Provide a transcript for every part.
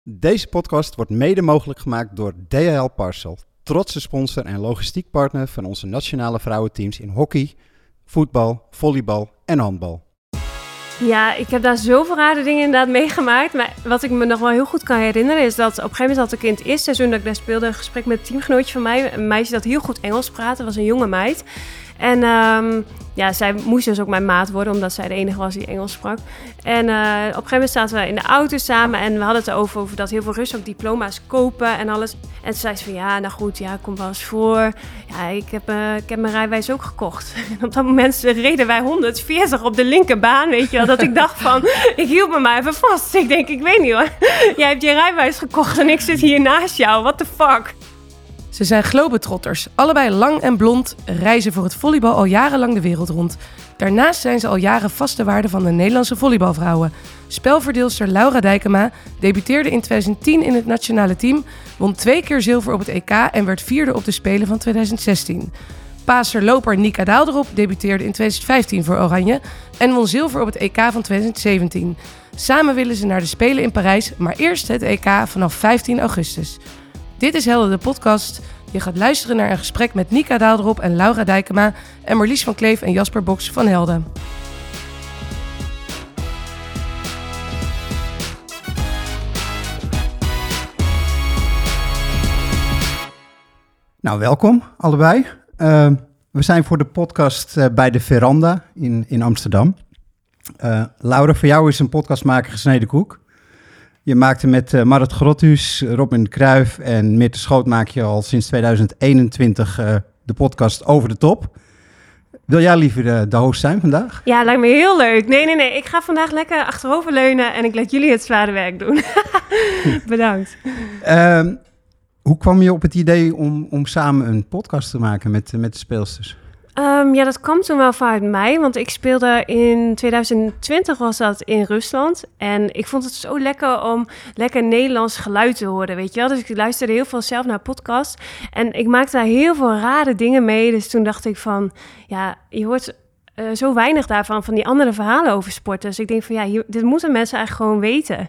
Deze podcast wordt mede mogelijk gemaakt door DHL Parcel, trotse sponsor en logistiek partner van onze nationale vrouwenteams in hockey, voetbal, volleybal en handbal. Ja, ik heb daar zoveel rare dingen inderdaad meegemaakt. Maar wat ik me nog wel heel goed kan herinneren is dat op een gegeven moment had ik in het eerste seizoen dat ik daar speelde een gesprek met een teamgenootje van mij. Een meisje dat heel goed Engels praatte, was een jonge meid. En zij moest dus ook mijn maat worden, omdat zij de enige was die Engels sprak. En op een gegeven moment zaten we in de auto samen en we hadden het over dat heel veel Russen ook diploma's kopen en alles. En toen zei ze van komt wel eens voor. Ja, ik heb mijn rijbewijs ook gekocht. En op dat moment reden wij 140 op de linkerbaan, weet je wel. Dat ik dacht van, ik hield me maar even vast. Ik denk, ik weet niet hoor. Jij hebt je rijbewijs gekocht en ik zit hier naast jou. What the fuck? Ze zijn globetrotters, allebei lang en blond, reizen voor het volleybal al jarenlang de wereld rond. Daarnaast zijn ze al jaren vaste waarden van de Nederlandse volleybalvrouwen. Spelverdeelster Laura Dijkema debuteerde in 2010 in het nationale team, won 2 keer zilver op het EK en werd 4e op de Spelen van 2016. Paaser-loper Nika Daalderop debuteerde in 2015 voor Oranje en won zilver op het EK van 2017. Samen willen ze naar de Spelen in Parijs, maar eerst het EK vanaf 15 augustus. Dit is Helden, de podcast. Je gaat luisteren naar een gesprek met Nika Daalderop en Laura Dijkema en Marlies van Kleef en Jasper Boks van Helden. Nou, welkom allebei. We zijn voor de podcast bij de Veranda in Amsterdam. Laura, voor jou is een podcast maken gesneden koek. Je maakte met Marit Grothuus, Robin Cruijff en Meerte Schoot maak je al sinds 2021 de podcast Over de Top. Wil jij liever de host zijn vandaag? Ja, lijkt me heel leuk. Nee. Ik ga vandaag lekker achteroverleunen en ik laat jullie het zware werk doen. Bedankt. Hoe kwam je op het idee om samen een podcast te maken met de speelsters? Dat kwam toen wel vanuit mij, want ik speelde in 2020 was dat in Rusland. En ik vond het zo lekker om lekker Nederlands geluid te horen, weet je wel. Dus ik luisterde heel veel zelf naar podcasts en ik maakte daar heel veel rare dingen mee. Dus toen dacht ik van, ja, je hoort zo weinig daarvan, van die andere verhalen over sporten. Dus ik denk van, dit moeten mensen eigenlijk gewoon weten.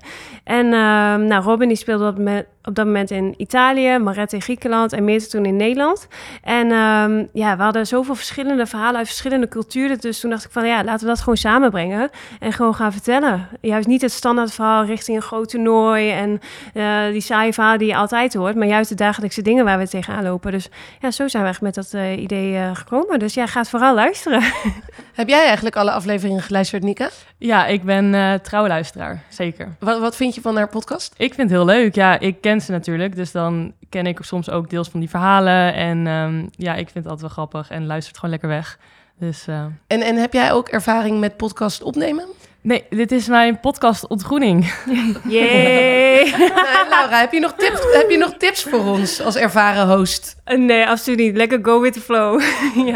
En Robin die speelde op dat moment in Italië, Maret in Griekenland en Meerte toen in Nederland. En we hadden zoveel verschillende verhalen uit verschillende culturen. Dus toen dacht ik van, laten we dat gewoon samenbrengen en gewoon gaan vertellen. Juist niet het standaard verhaal richting een groot toernooi en die saaie verhalen die je altijd hoort, maar juist de dagelijkse dingen waar we tegenaan lopen. Dus zo zijn we echt met dat idee gekomen. Dus ga het vooral luisteren. Heb jij eigenlijk alle afleveringen geluisterd, Nika? Ja, ik ben trouwluisteraar, zeker. Wat vind je van haar podcast? Ik vind het heel leuk. Ja, ik ken ze natuurlijk, dus dan ken ik soms ook deels van die verhalen. En ik vind het altijd wel grappig en luister het gewoon lekker weg. Dus, En heb jij ook ervaring met podcast opnemen? Nee, dit is mijn podcast ontgroening. Yay! Laura, heb je nog tips voor ons als ervaren host? Nee, absoluut niet. Lekker go with the flow. Ja.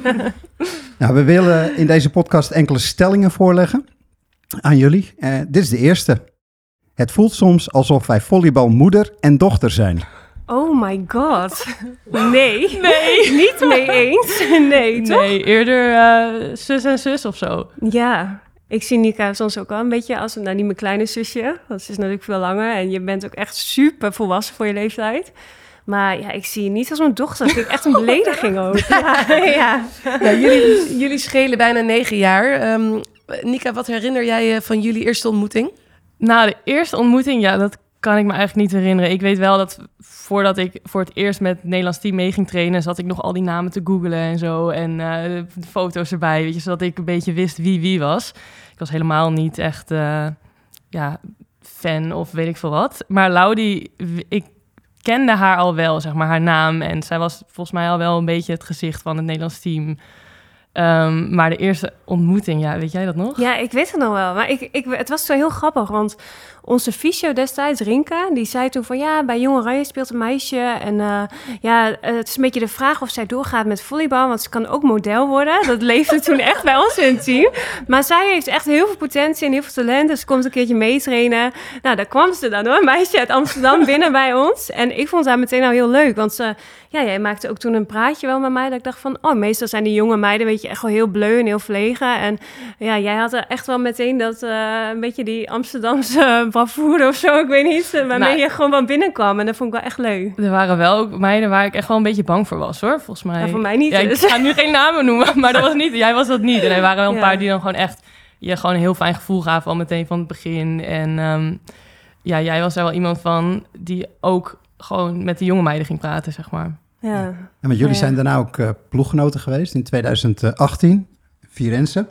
Nou, we willen in deze podcast enkele stellingen voorleggen aan jullie. Dit is de eerste. Het voelt soms alsof wij volleybalmoeder en dochter zijn. Oh my god. Nee. Niet mee eens. Nee, toch? Nee, eerder zus en zus of zo. Ja. Ik zie Nika soms ook wel een beetje als niet mijn kleine zusje. Dat is natuurlijk veel langer. En je bent ook echt super volwassen voor je leeftijd. Maar ik zie je niet als mijn dochter. Dat vind ik echt een belediging ook. Ja. Jullie schelen bijna 9 jaar. Nika, wat herinner jij je van jullie eerste ontmoeting? Nou, de eerste ontmoeting, dat kan ik me eigenlijk niet herinneren. Ik weet wel dat voordat ik voor het eerst met het Nederlands team mee ging trainen, zat ik nog al die namen te googlen en zo. En de foto's erbij, weet je, zodat ik een beetje wist wie was. Ik was helemaal niet echt fan of weet ik veel wat. Maar Laudi, ik kende haar al wel, zeg maar, haar naam. En zij was volgens mij al wel een beetje het gezicht van het Nederlands team. Maar de eerste ontmoeting, weet jij dat nog? Ja, ik weet het nog wel. Maar het was zo heel grappig, want onze fysio destijds, Rinka, die zei toen van bij Jong Oranje speelt een meisje. En het is een beetje de vraag of zij doorgaat met volleybal, want ze kan ook model worden. Dat leefde toen echt bij ons in het team. Maar zij heeft echt heel veel potentie en heel veel talent. Dus ze komt een keertje meetrainen. Nou, daar kwam ze dan hoor, een meisje uit Amsterdam binnen bij ons. En ik vond haar meteen al heel leuk, want jij maakte ook toen een praatje wel met mij, dat ik dacht van, meestal zijn die jonge meiden, weet je je echt wel heel bleu en heel verlegen. En ja, jij had er echt wel meteen dat een beetje die Amsterdamse bravoure of zo, ik weet niet, waarmee je gewoon wel binnenkwam. En dat vond ik wel echt leuk. Er waren wel ook meiden waar ik echt wel een beetje bang voor was, hoor, volgens mij. Ja, voor mij niet. Ja, Dus. ik ga nu geen namen noemen, maar dat was niet, jij was dat niet. En er waren wel een paar die dan gewoon echt je gewoon een heel fijn gevoel gaven al meteen van het begin. En jij was er wel iemand van die ook gewoon met de jonge meiden ging praten, zeg maar. Ja. En met jullie zijn daarna ook ploeggenoten geweest in 2018, Firenze.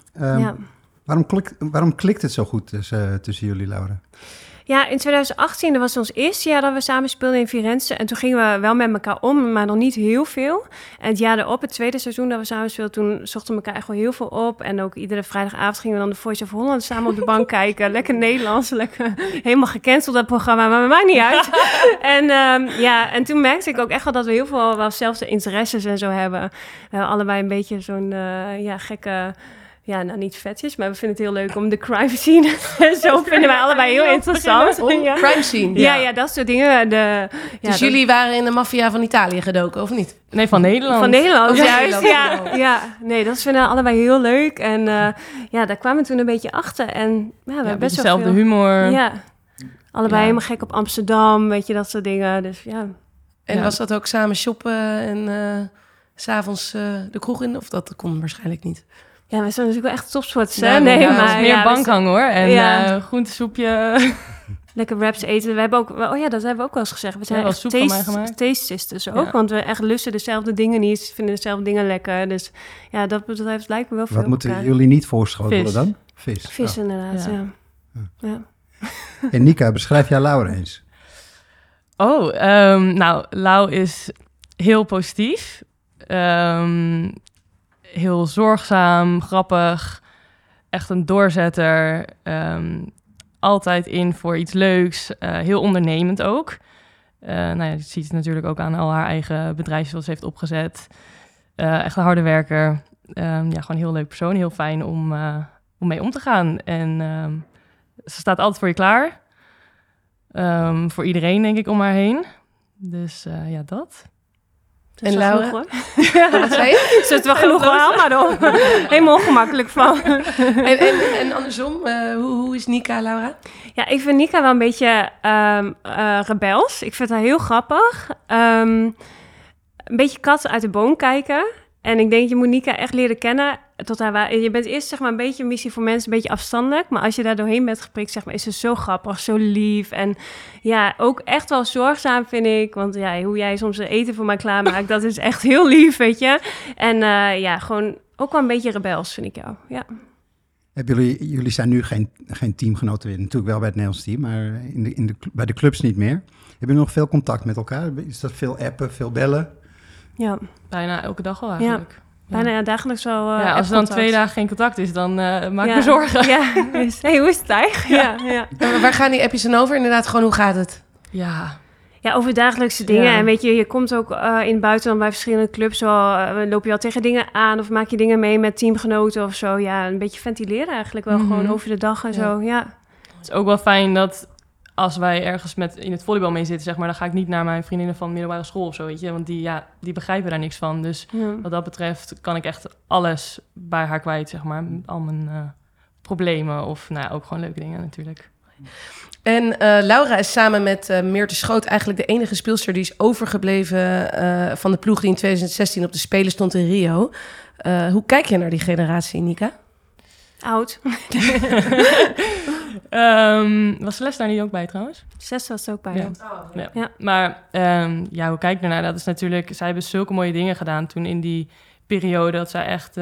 Waarom klikt het zo goed tussen jullie, Laura? Ja, in 2018, dat was ons eerste jaar dat we samen speelden in Firenze. En toen gingen we wel met elkaar om, maar nog niet heel veel. En het jaar erop, het tweede seizoen dat we samen speelden, toen zochten we elkaar echt wel heel veel op. En ook iedere vrijdagavond gingen we dan de Voice of Holland samen op de bank kijken. Lekker Nederlands, lekker helemaal gecanceld dat programma, maar het maakt niet uit. En toen merkte ik ook echt wel dat we heel veel wel zelfde interesses en zo hebben. We hebben allebei een beetje zo'n gekke... Ja, nou niet vetjes, maar we vinden het heel leuk om de crime scene. Zo vinden wij allebei heel interessant. Ja. Crime scene? Ja, dat soort dingen. Dus jullie waren in de maffia van Italië gedoken, of niet? Nee, van Nederland. Van Nederland, juist. Nederland. Ja. Nee, dat vinden we allebei heel leuk. En daar kwamen we toen een beetje achter. En we hebben best wel dezelfde veel... humor. Ja, allebei helemaal gek op Amsterdam, weet je, dat soort dingen. Dus ja. En was dat ook samen shoppen en 's avonds de kroeg in? Of dat kon waarschijnlijk niet? Ja, we zijn natuurlijk wel echt topsports, hè? Ja, nee, maar... Het is meer bankhangen, hoor. En groentesoepje. Lekker wraps eten. We hebben ook... dat hebben we ook wel eens gezegd. We zijn wel echt soep van mij gemaakt. taste sisters ook. Ja. Want we echt lusten dezelfde dingen niet. Vinden dezelfde dingen lekker. Dus ja, dat betreft lijkt me wel veel. Wat moeten jullie niet voorschotelen dan? Vis. Vis, inderdaad, ja. En Nika, beschrijf jij Laura eens. Lau is heel positief. Heel zorgzaam, grappig, echt een doorzetter, altijd in voor iets leuks, heel ondernemend ook. Je ziet het natuurlijk ook aan al haar eigen bedrijfjes wat ze heeft opgezet. Echt een harde werker, gewoon een heel leuk persoon, heel fijn om mee om te gaan. En ze staat altijd voor je klaar, voor iedereen denk ik om haar heen. Dus dat. En Laura? Wat zei je? Ze het wel genoeg hoor, maar dan helemaal ongemakkelijk van. En andersom, hoe is Nika, Laura? Ja, ik vind Nika wel een beetje rebels. Ik vind haar heel grappig. Een beetje kat uit de boom kijken. En ik denk, je moet Nika echt leren kennen. Je bent eerst zeg maar een beetje een missie voor mensen, een beetje afstandelijk. Maar als je daar doorheen bent geprikt, zeg maar, is ze zo grappig, zo lief. En ja, ook echt wel zorgzaam, vind ik. Want ja, hoe jij soms eten voor mij klaarmaakt, dat is echt heel lief, weet je. En gewoon ook wel een beetje rebels, vind ik jou. Ja. Jullie zijn nu geen teamgenoten weer. Natuurlijk wel bij het Nederlands team, maar bij de clubs niet meer. Hebben jullie nog veel contact met elkaar? Is dat veel appen, veel bellen? Ja. Bijna elke dag al eigenlijk. Ja. Bijna dagelijks wel. Als er dan 2 dagen geen contact is, dan maak ik me zorgen. Ja, dus, hey, hoe is het eigenlijk? Ja. Maar waar gaan die appjes dan over? Inderdaad, gewoon hoe gaat het? Ja, over dagelijkse dingen. Ja. En weet je komt ook in het buitenland bij verschillende clubs loop je al tegen dingen aan of maak je dingen mee met teamgenoten of zo. Ja, een beetje ventileren eigenlijk wel gewoon over de dag en zo. Ja. Het is ook wel fijn dat als wij ergens in het volleybal mee zitten, zeg maar, dan ga ik niet naar mijn vriendinnen van middelbare school of zo, weet je. Want die begrijpen daar niks van. Dus wat dat betreft kan ik echt alles bij haar kwijt, zeg maar. Al mijn problemen of ook gewoon leuke dingen natuurlijk. En Laura is samen met Meerte Schoot eigenlijk de enige speelster die is overgebleven van de ploeg die in 2016 op de Spelen stond in Rio. Hoe kijk je naar die generatie, Nika? Oud. Was Celeste daar niet ook bij trouwens? Celeste was er ook bij. Ja. Maar hoe kijk je ernaar? Dat is natuurlijk... Zij hebben zulke mooie dingen gedaan toen in die periode dat zij echt...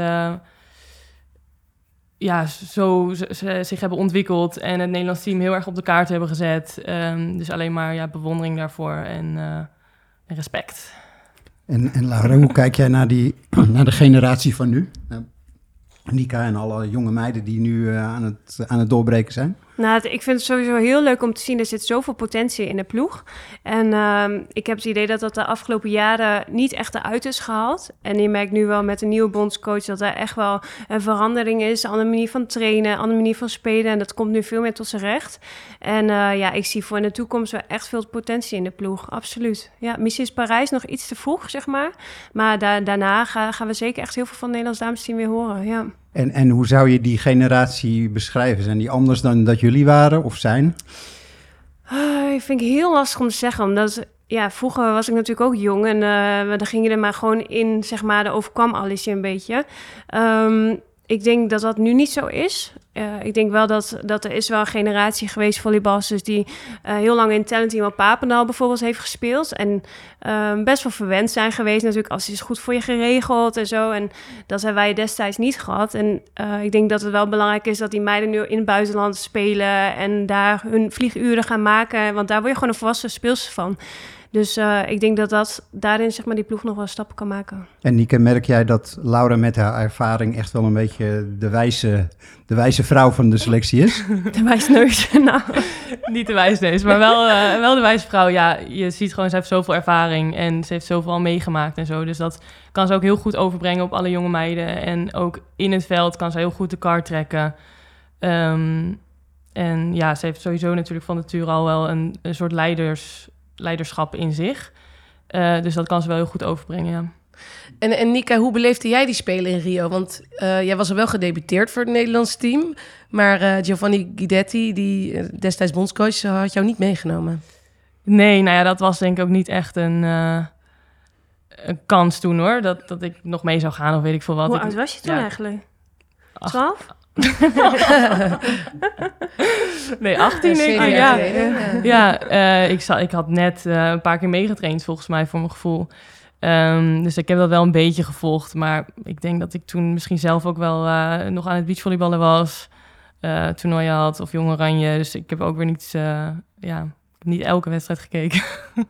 zich hebben ontwikkeld en het Nederlands team heel erg op de kaart hebben gezet. Dus alleen maar bewondering daarvoor en respect. En Laura, hoe kijk jij naar de generatie van nu? Nika en alle jonge meiden die nu aan het doorbreken zijn? Nou, ik vind het sowieso heel leuk om te zien. Er zit zoveel potentie in de ploeg. En ik heb het idee dat dat de afgelopen jaren niet echt eruit is gehaald. En je merkt nu wel met de nieuwe bondscoach dat er echt wel een verandering is. Een andere manier van trainen, een andere manier van spelen. En dat komt nu veel meer tot zijn recht. En ik zie voor in de toekomst wel echt veel potentie in de ploeg. Absoluut. Ja, misschien is Parijs nog iets te vroeg, zeg maar. Maar daarna gaan we zeker echt heel veel van het Nederlands damesteam weer horen, ja. En hoe zou je die generatie beschrijven? Zijn die anders dan dat jullie waren of zijn? Ik vind het heel lastig om te zeggen, omdat vroeger was ik natuurlijk ook jong en dan ging je er maar gewoon in, zeg maar, er overkwam alles je een beetje. Ik denk dat dat nu niet zo is. Ik denk wel dat er is wel een generatie geweest volleybalsters die heel lang in Talentteam op Papendal bijvoorbeeld heeft gespeeld. En best wel verwend zijn geweest natuurlijk. Als het is goed voor je geregeld en zo. En dat hebben wij destijds niet gehad. En ik denk dat het wel belangrijk is dat die meiden nu in het buitenland spelen en daar hun vlieguren gaan maken. Want daar word je gewoon een volwassen speelster van. Dus ik denk dat daarin, zeg maar, die ploeg nog wel stappen kan maken. En Nieke, merk jij dat Laura met haar ervaring echt wel een beetje de wijze vrouw van de selectie is? De wijsneus, nou. Niet de wijsneus, maar wel de wijze vrouw. Ja, je ziet gewoon, ze heeft zoveel ervaring en ze heeft zoveel al meegemaakt en zo. Dus dat kan ze ook heel goed overbrengen op alle jonge meiden. En ook in het veld kan ze heel goed de kar trekken. En ja, ze heeft sowieso natuurlijk van nature al wel een soort leiderschap in zich. Dus dat kan ze wel heel goed overbrengen, ja. En Nika, hoe beleefde jij die Spelen in Rio? Want jij was er wel gedebuteerd voor het Nederlands team. Maar Giovanni Guidetti, die destijds bondscoach, had jou niet meegenomen. Nee, nou ja, dat was denk ik ook niet echt een kans toen, hoor. Dat ik nog mee zou gaan of weet ik veel wat. Hoe oud was je toen eigenlijk? 12? Nee, 18 denk ik. Ik had net een paar keer meegetraind volgens mij voor mijn gevoel. Dus ik heb dat wel een beetje gevolgd. Maar ik denk dat ik toen misschien zelf ook wel nog aan het beachvolleyballen was. Toernooien had of Jong Oranje. Dus ik heb ook weer niet elke wedstrijd gekeken.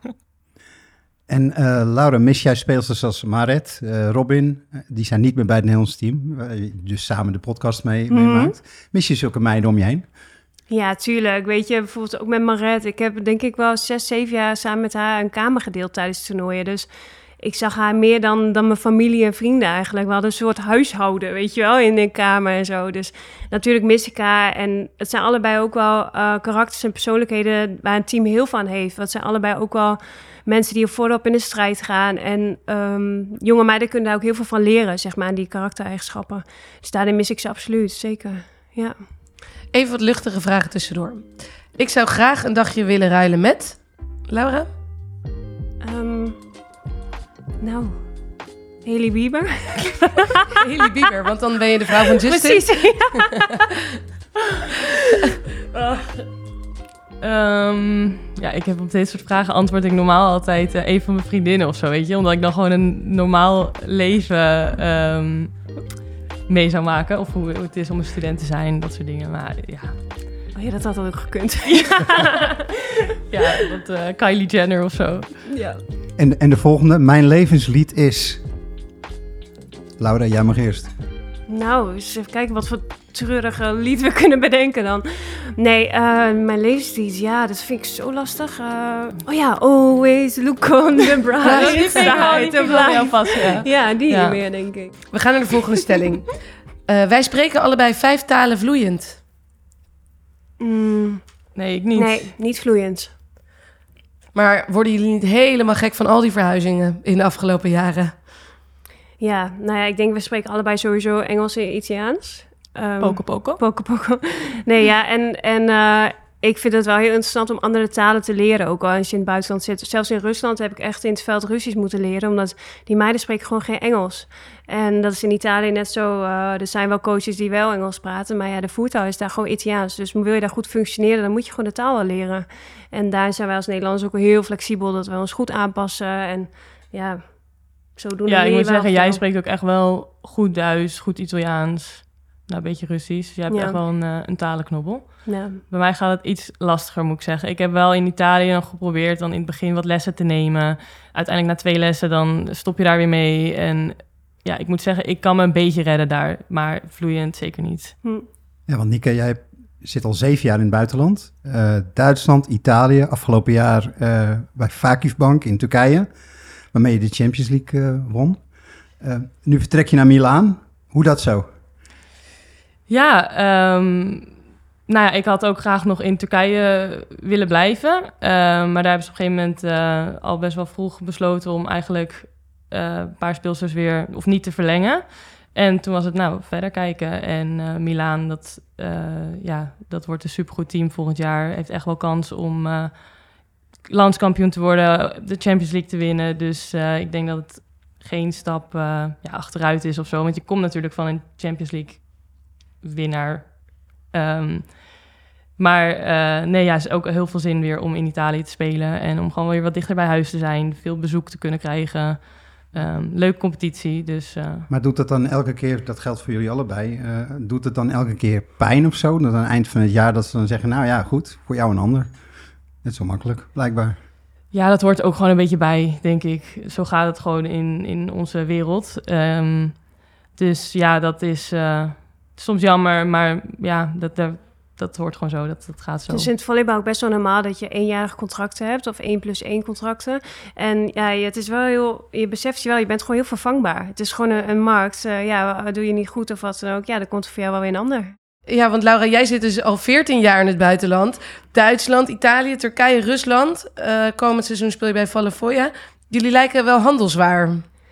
En Laura, mis jij speelsters als Maret, Robin? Die zijn niet meer bij het Nederlands team. Waar je dus samen de podcast mee maakt. Mis je zulke meiden om je heen? Ja, tuurlijk. Weet je, bijvoorbeeld ook met Maret. Ik heb denk ik wel 6, 7 jaar samen met haar een kamer gedeeld tijdens toernooien. Dus ik zag haar meer dan mijn familie en vrienden eigenlijk. We hadden een soort huishouden, weet je wel, in de kamer en zo. Dus natuurlijk mis ik haar. En het zijn allebei ook wel karakters en persoonlijkheden waar een team heel veel aan heeft. Het zijn allebei ook wel mensen die voorop in de strijd gaan. En jonge meiden kunnen daar ook heel veel van leren, zeg maar, aan die karaktereigenschappen. Dus daarin mis ik ze absoluut, zeker. Ja. Even wat luchtige vragen tussendoor. Ik zou graag een dagje willen ruilen met... Laura? Hailey Bieber. Hailey Bieber, want dan ben je de vrouw van Justin. Precies, Ik heb op dit soort vragen antwoord ik normaal altijd een van mijn vriendinnen of zo, weet je. Omdat ik dan gewoon een normaal leven mee zou maken. Of hoe het is om een student te zijn, dat soort dingen. Maar ja... Oh ja, dat had ook gekund. Kylie Jenner of zo. Ja. En de volgende, mijn levenslied is... Laura, jij mag eerst. Nou, eens even kijken wat voor treurige lied we kunnen bedenken dan. Nee, mijn levenslied, ja, dat vind ik zo lastig. Always look on the bright side of life. Ja, die meer, denk ik. We gaan naar de volgende stelling. Wij spreken allebei 5 talen vloeiend. Nee, ik niet. Nee, niet vloeiend. Maar worden jullie niet helemaal gek van al die verhuizingen in de afgelopen jaren? Ja, nou ja, ik denk we spreken allebei sowieso Engels en Italiaans. Poko. Nee, ja, en ik vind het wel heel interessant om andere talen te leren, ook al als je in het buitenland zit. Zelfs in Rusland heb ik echt in het veld Russisch moeten leren, omdat die meiden spreken gewoon geen Engels. En dat is in Italië net zo. Er zijn wel coaches die wel Engels praten, maar ja, de voertaal is daar gewoon Italiaans. Dus wil je daar goed functioneren, dan moet je gewoon de taal wel leren. En daar zijn wij als Nederlanders ook wel heel flexibel, dat we ons goed aanpassen en ja, zodoende. Ja, ik moet zeggen, jij spreekt ook echt wel goed Duits, goed Italiaans. Nou, een beetje Russisch. Dus jij hebt echt wel een talenknobbel. Ja. Bij mij gaat het iets lastiger, moet ik zeggen. Ik heb wel in Italië nog geprobeerd dan in het begin wat lessen te nemen. Uiteindelijk na 2 lessen, dan stop je daar weer mee. En ja, ik moet zeggen, ik kan me een beetje redden daar. Maar vloeiend zeker niet. Ja, want Nieke, jij zit al 7 jaar in het buitenland. Duitsland, Italië, afgelopen jaar bij Vakifbank in Turkije, waarmee je de Champions League won. Nu vertrek je naar Milaan. Hoe dat zo? Ja, nou ja, ik had ook graag nog in Turkije willen blijven. Maar daar hebben ze op een gegeven moment al best wel vroeg besloten om eigenlijk een paar speelsters weer of niet te verlengen. En toen was het verder kijken. En Milaan, dat wordt een supergoed team volgend jaar. Heeft echt wel kans om landskampioen te worden, de Champions League te winnen. Dus ik denk dat het geen stap achteruit is of zo. Want je komt natuurlijk van een Champions League winnaar. Het is ook heel veel zin weer om in Italië te spelen. En om gewoon weer wat dichter bij huis te zijn. Veel bezoek te kunnen krijgen. Leuke competitie. Dus, Maar doet dat dan elke keer, dat geldt voor jullie allebei, doet het dan elke keer pijn of zo? Dat aan het eind van het jaar dat ze dan zeggen, nou ja, goed, voor jou een ander. Net zo makkelijk, blijkbaar. Ja, dat hoort ook gewoon een beetje bij, denk ik. Zo gaat het gewoon in onze wereld. Dus ja, dat is soms jammer, maar ja, dat hoort gewoon zo, dat gaat zo. Dus in het volleybal ook best wel normaal dat je 1-jarige contracten hebt of 1+1 contracten. En ja, het is wel je beseft je wel, je bent gewoon heel vervangbaar. Het is gewoon een markt. Doe je niet goed of wat dan ook, dan komt er voor jou wel weer een ander. Ja, want Laura, jij zit dus al 14 jaar in het buitenland. Duitsland, Italië, Turkije, Rusland. Komend seizoen speel je bij Valevoja. Jullie lijken wel handelswaar.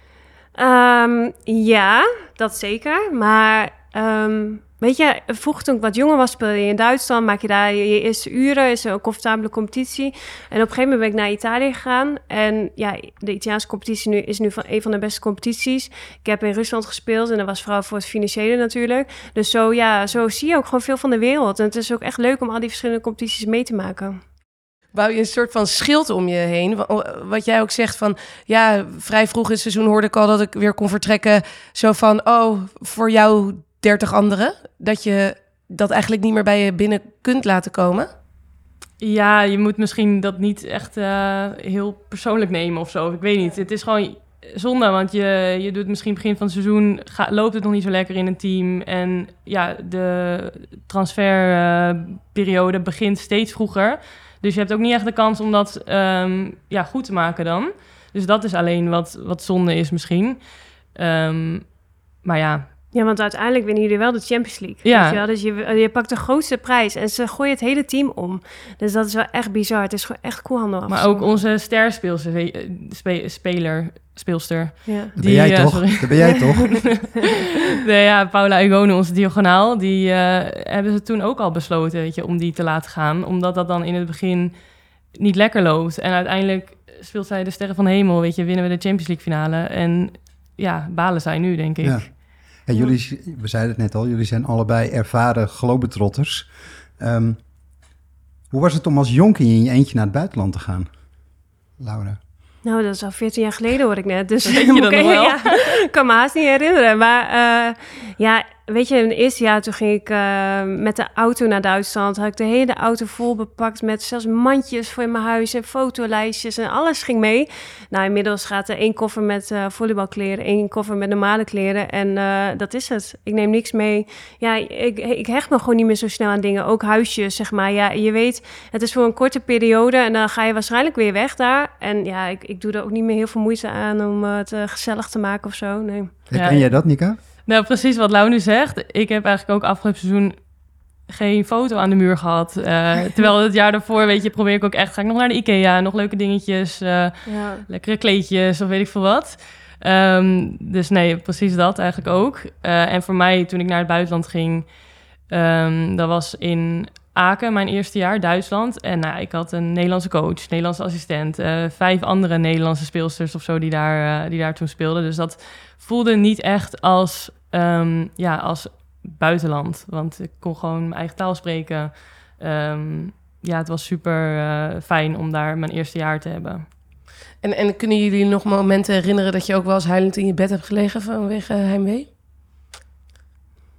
Ja, dat zeker. Maar weet je, vroeger toen ik wat jonger was, speelde je in Duitsland. Maak je daar je eerste uren, is een comfortabele competitie. En op een gegeven moment ben ik naar Italië gegaan. En ja, de Italiaanse competitie is nu een van de beste competities. Ik heb in Rusland gespeeld en dat was vooral voor het financiële natuurlijk. Dus zo zie je ook gewoon veel van de wereld. En het is ook echt leuk om al die verschillende competities mee te maken. Bouw je een soort van schild om je heen? Wat jij ook zegt van, ja, vrij vroeg in het seizoen hoorde ik al dat ik weer kon vertrekken. Zo van, voor jou 30 anderen, dat je dat eigenlijk niet meer bij je binnen kunt laten komen? Ja, je moet misschien dat niet echt heel persoonlijk nemen of zo. Ik weet niet. Het is gewoon zonde, want je doet misschien begin van het seizoen, loopt het nog niet zo lekker in een team. En ja, de transferperiode begint steeds vroeger. Dus je hebt ook niet echt de kans om dat goed te maken dan. Dus dat is alleen wat zonde is misschien. Maar ja. Ja, want uiteindelijk winnen jullie wel de Champions League. Ja. Weet je wel? Dus je pakt de grootste prijs en ze gooien het hele team om. Dus dat is wel echt bizar. Het is gewoon echt koelhandel. Maar ook onze speelster. Ja. Dat ben jij toch? Sorry. Dat ben jij toch? Paula Ugone, onze diagonaal, die hebben ze toen ook al besloten, weet je, om die te laten gaan. Omdat dat dan in het begin niet lekker loopt. En uiteindelijk speelt zij de Sterren van de Hemel, weet je, winnen we de Champions League finale. En ja, balen zij nu, denk ik. Ja. En jullie, we zeiden het net al, jullie zijn allebei ervaren globetrotters. Hoe was het om als jonkie in je eentje naar het buitenland te gaan, Laura? Nou, dat is al 14 jaar geleden, hoor ik net. Dus weet je dat nog wel? Ja, ik kan me haast niet herinneren. Maar weet je, in het eerste jaar toen ging ik met de auto naar Duitsland. Had ik de hele auto vol bepakt met zelfs mandjes voor in mijn huis en fotolijstjes en alles ging mee. Nou, inmiddels gaat er 1 koffer met volleybalkleren, 1 koffer met normale kleren en dat is het. Ik neem niks mee. Ja, ik hecht me gewoon niet meer zo snel aan dingen. Ook huisjes, zeg maar. Ja, je weet, het is voor een korte periode en dan ga je waarschijnlijk weer weg daar. En ja, ik doe er ook niet meer heel veel moeite aan om het gezellig te maken of zo, nee. Herken jij dat, Nika? Nou, precies wat Lau nu zegt. Ik heb eigenlijk ook afgelopen seizoen geen foto aan de muur gehad. Terwijl het jaar daarvoor, weet je, probeer ik ook echt... Ga ik nog naar de IKEA, nog leuke dingetjes, lekkere kleedjes of weet ik veel wat. Dus nee, precies dat eigenlijk ook. En voor mij, toen ik naar het buitenland ging... dat was in Aken, mijn eerste jaar, Duitsland. En ik had een Nederlandse coach, Nederlandse assistent... 5 andere Nederlandse speelsters of zo die daar toen speelden. Dus dat voelde niet echt als buitenland. Want ik kon gewoon mijn eigen taal spreken. Het was super fijn om daar mijn eerste jaar te hebben. En kunnen jullie nog momenten herinneren dat je ook wel eens huilend in je bed hebt gelegen vanwege heimwee?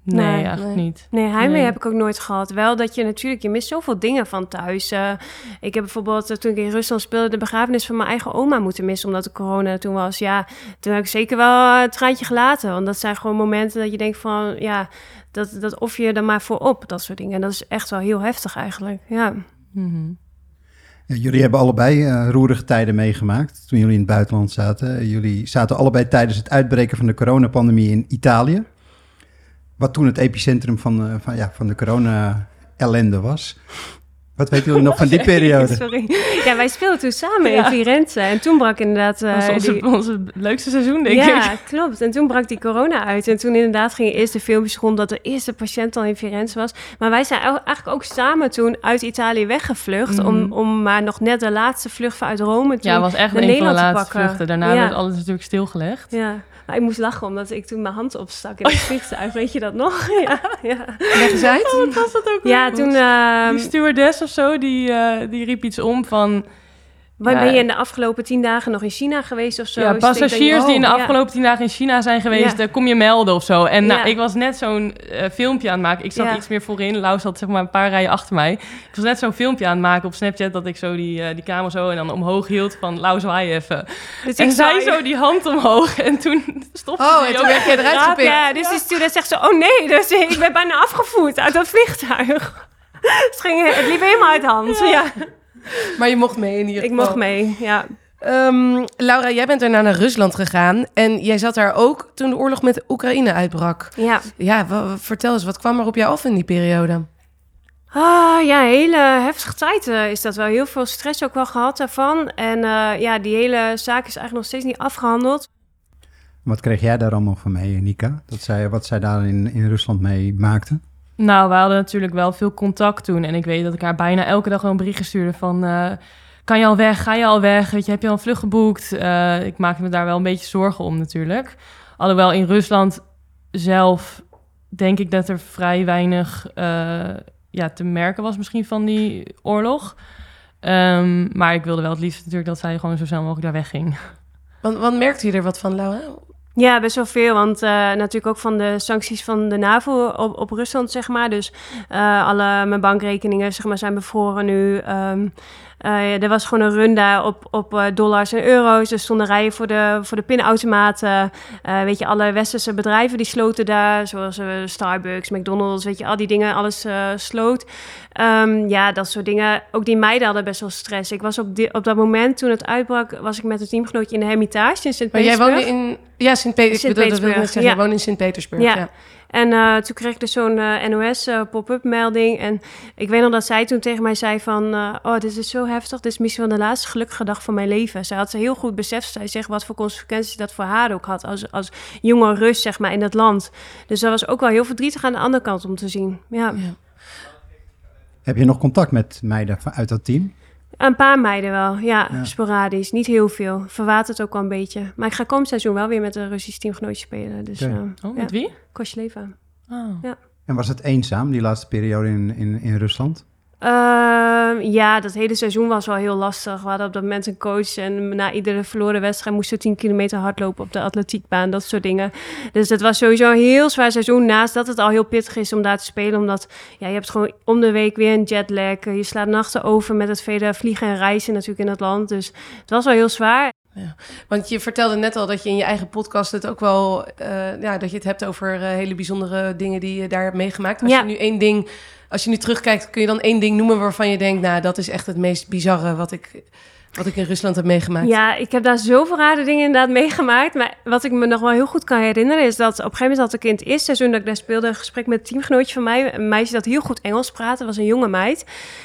Nee, eigenlijk Nee. niet. Nee, heimwee Nee. heb ik ook nooit gehad. Wel dat je mist zoveel dingen van thuis. Ik heb bijvoorbeeld, toen ik in Rusland speelde, de begrafenis van mijn eigen oma moeten missen, omdat de corona toen was. Ja, toen heb ik zeker wel een traantje gelaten. Want dat zijn gewoon momenten dat je denkt van, ja, dat offer je er maar voor op, dat soort dingen. En dat is echt wel heel heftig eigenlijk, ja. Mhm. Ja, jullie hebben allebei roerige tijden meegemaakt toen jullie in het buitenland zaten. Jullie zaten allebei tijdens het uitbreken van de coronapandemie in Italië. Wat toen het epicentrum van de corona-ellende was. Wat weten jullie nog van die periode? Sorry. Ja, wij speelden toen samen in Firenze. En toen brak inderdaad... Dat was onze leukste seizoen, denk ik. Ja, klopt. En toen brak die corona uit. En toen inderdaad gingen eerst de filmpjes rond dat de eerste patiënt al in Firenze was. Maar wij zijn eigenlijk ook samen toen uit Italië weggevlucht. Om maar nog net de laatste vlucht vanuit Rome toen Ja, was echt naar een van de Nederland te laatste pakken. vluchten. Daarna Ja. werd alles natuurlijk stilgelegd. Ja, maar ik moest lachen omdat ik toen mijn hand opstak in het vliegtuig. Weet je dat nog? Ja. Leg eens uit. Wat was dat ook Ja, weer? toen... Die stewardess of zo, die riep iets om van... Ben je in de afgelopen 10 dagen nog in China geweest of zo? Ja, Dus ik denk passagiers dat die in de ja. afgelopen 10 dagen in China zijn geweest, Ja. kom je melden of zo. En Ja. ik was net zo'n filmpje aan het maken. Ik zat Ja. iets meer voorin. Lau zat zeg maar een paar rijen achter mij. Ik was net zo'n filmpje aan het maken op Snapchat dat ik zo die camera zo en dan omhoog hield van Lau, zwaai even. Dus En ik zij zei zo die hand omhoog en toen stopte Oh, die en ook toen werd jij eruit raad. gepikt. Ja, dus die stewardess zegt zo... Oh nee, dus ik ben bijna afgevoerd uit dat vliegtuig. Het liep helemaal uit de hand. Ja. Maar je mocht mee in ieder Ik geval. mocht mee, ja. Laura, jij bent daarna naar Rusland gegaan. En jij zat daar ook toen de oorlog met Oekraïne uitbrak. Ja, Ja, vertel eens, wat kwam er op jou af in die periode? ja, hele heftige tijd is dat wel. Heel veel stress ook wel gehad daarvan. En die hele zaak is eigenlijk nog steeds niet afgehandeld. Wat kreeg jij daar allemaal van mee, Nika? Wat zij daar in Rusland mee maakte? Nou, we hadden natuurlijk wel veel contact toen. En ik weet dat ik haar bijna elke dag wel een berichtje stuurde van... kan je al weg? Ga je al weg? Weet je, heb je al een vlucht geboekt? Ik maakte me daar wel een beetje zorgen om natuurlijk. Alhoewel in Rusland zelf denk ik dat er vrij weinig te merken was misschien van die oorlog. Maar ik wilde wel het liefst natuurlijk dat zij gewoon zo snel mogelijk daar wegging. Want merkte je er wat van, Laura? Ja, best wel veel. Want natuurlijk ook van de sancties van de NAVO op Rusland, zeg maar. Dus mijn bankrekeningen, zeg maar, zijn bevroren nu. Er was gewoon een run daar op dollars en euro's. Er stonden rijen voor de pinautomaten. Weet je, alle westerse bedrijven die sloten daar. Zoals Starbucks, McDonald's, weet je, al die dingen, alles sloot. Dat soort dingen. Ook die meiden hadden best wel stress. Ik was op dat moment, toen het uitbrak, was ik met een teamgenootje in de Hermitage in Sint-Petersburg. Maar jij woonde in... Ja, Sint-Petersburg. Dat wil ik net zeggen. Ja. Je woonde in Sint-Petersburg, Ja. ja. En toen kreeg ik dus zo'n NOS pop-up melding. En ik weet nog dat zij toen tegen mij zei van... dit is zo heftig. Dit is misschien wel de laatste gelukkige dag van mijn leven. Zij had ze heel goed beseft. Zij zegt wat voor consequenties dat voor haar ook had. Als jonge Rus, zeg maar, in dat land. Dus dat was ook wel heel verdrietig aan de andere kant om te zien. Ja. Ja. Heb je nog contact met meiden uit dat team? Een paar meiden wel, ja, Ja. sporadisch. Niet heel veel. Verwatert ook wel een beetje. Maar ik ga komend seizoen wel weer met een Russisch teamgenootje spelen. Dus Oké. Met wie? Koshleva. Oh. En was het eenzaam, die laatste periode in Rusland? Dat hele seizoen was wel heel lastig. We hadden op dat moment een coach en na iedere verloren wedstrijd moesten we 10 kilometer hardlopen op de atletiekbaan, dat soort dingen. Dus het was sowieso een heel zwaar seizoen, naast dat het al heel pittig is om daar te spelen, omdat je hebt gewoon om de week weer een jetlag. Je slaat nachten over met het vele vliegen en reizen natuurlijk in het land. Dus het was wel heel zwaar. Ja. Want je vertelde net al dat je in je eigen podcast het ook wel... dat je het hebt over hele bijzondere dingen die je daar hebt meegemaakt. Als je nu terugkijkt, kun je dan één ding noemen waarvan je denkt... nou, dat is echt het meest bizarre wat ik in Rusland heb meegemaakt. Ja, ik heb daar zoveel rare dingen inderdaad meegemaakt. Maar wat ik me nog wel heel goed kan herinneren... is dat op een gegeven moment had ik in het eerste seizoen dat ik daar speelde... een gesprek met een teamgenootje van mij. Een meisje dat heel goed Engels praatte. was een jonge meid.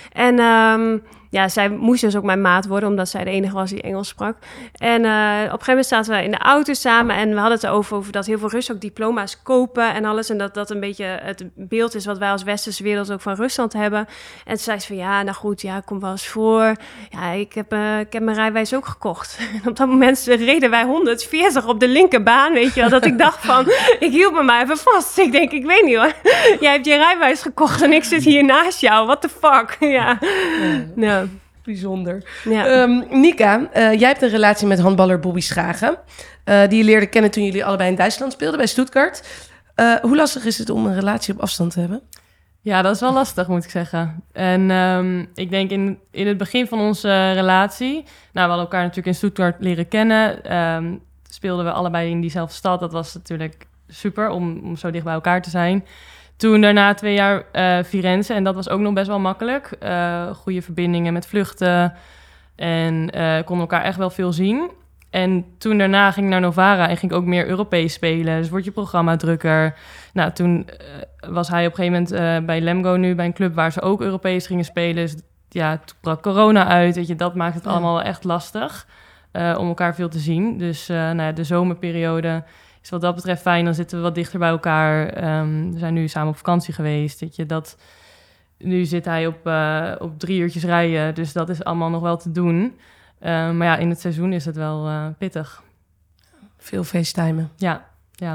En zij moest dus ook mijn maat worden... omdat zij de enige was die Engels sprak. En op een gegeven moment zaten we in de auto samen... en we hadden het over dat heel veel Russen ook diploma's kopen... en alles. En dat een beetje het beeld is wat wij als westerse wereld ook van Rusland hebben. En toen zei ze van ja, nou goed, ja, kom wel eens voor. Ja, ik heb mijn rijbewijs ook gekocht. En op dat moment reden wij 140 op de linkerbaan, weet je wel. Dat ik dacht van, ik hield me maar even vast. Ik denk, ik weet niet hoor. Jij hebt je rijbewijs gekocht en ik zit hier naast jou. What the fuck? Ja. Nou. Bijzonder. Ja. Nika, jij hebt een relatie met handballer Bobby Schagen. Die je leerde kennen toen jullie allebei in Duitsland speelden, bij Stuttgart. Hoe lastig is het om een relatie op afstand te hebben? Ja, dat is wel lastig, moet ik zeggen. En ik denk in het begin van onze relatie... Nou, we hadden elkaar natuurlijk in Stuttgart leren kennen. Speelden we allebei in diezelfde stad. Dat was natuurlijk super om zo dicht bij elkaar te zijn. Toen daarna 2 jaar Firenze. En dat was ook nog best wel makkelijk. Goede verbindingen met vluchten. En konden elkaar echt wel veel zien. En toen daarna ging ik naar Novara en ging ik ook meer Europees spelen. Dus wordt je programma drukker. Nou, toen was hij op een gegeven moment bij Lemgo nu, bij een club waar ze ook Europees gingen spelen. Dus ja, toen brak corona uit. Weet je, dat maakt het allemaal echt lastig om elkaar veel te zien. Dus de zomerperiode is wat dat betreft fijn. Dan zitten we wat dichter bij elkaar. We zijn nu samen op vakantie geweest. Weet je, nu zit hij op 3 uurtjes rijden. Dus dat is allemaal nog wel te doen. Maar ja, in het seizoen is het wel pittig. Veel facetimen. Ja.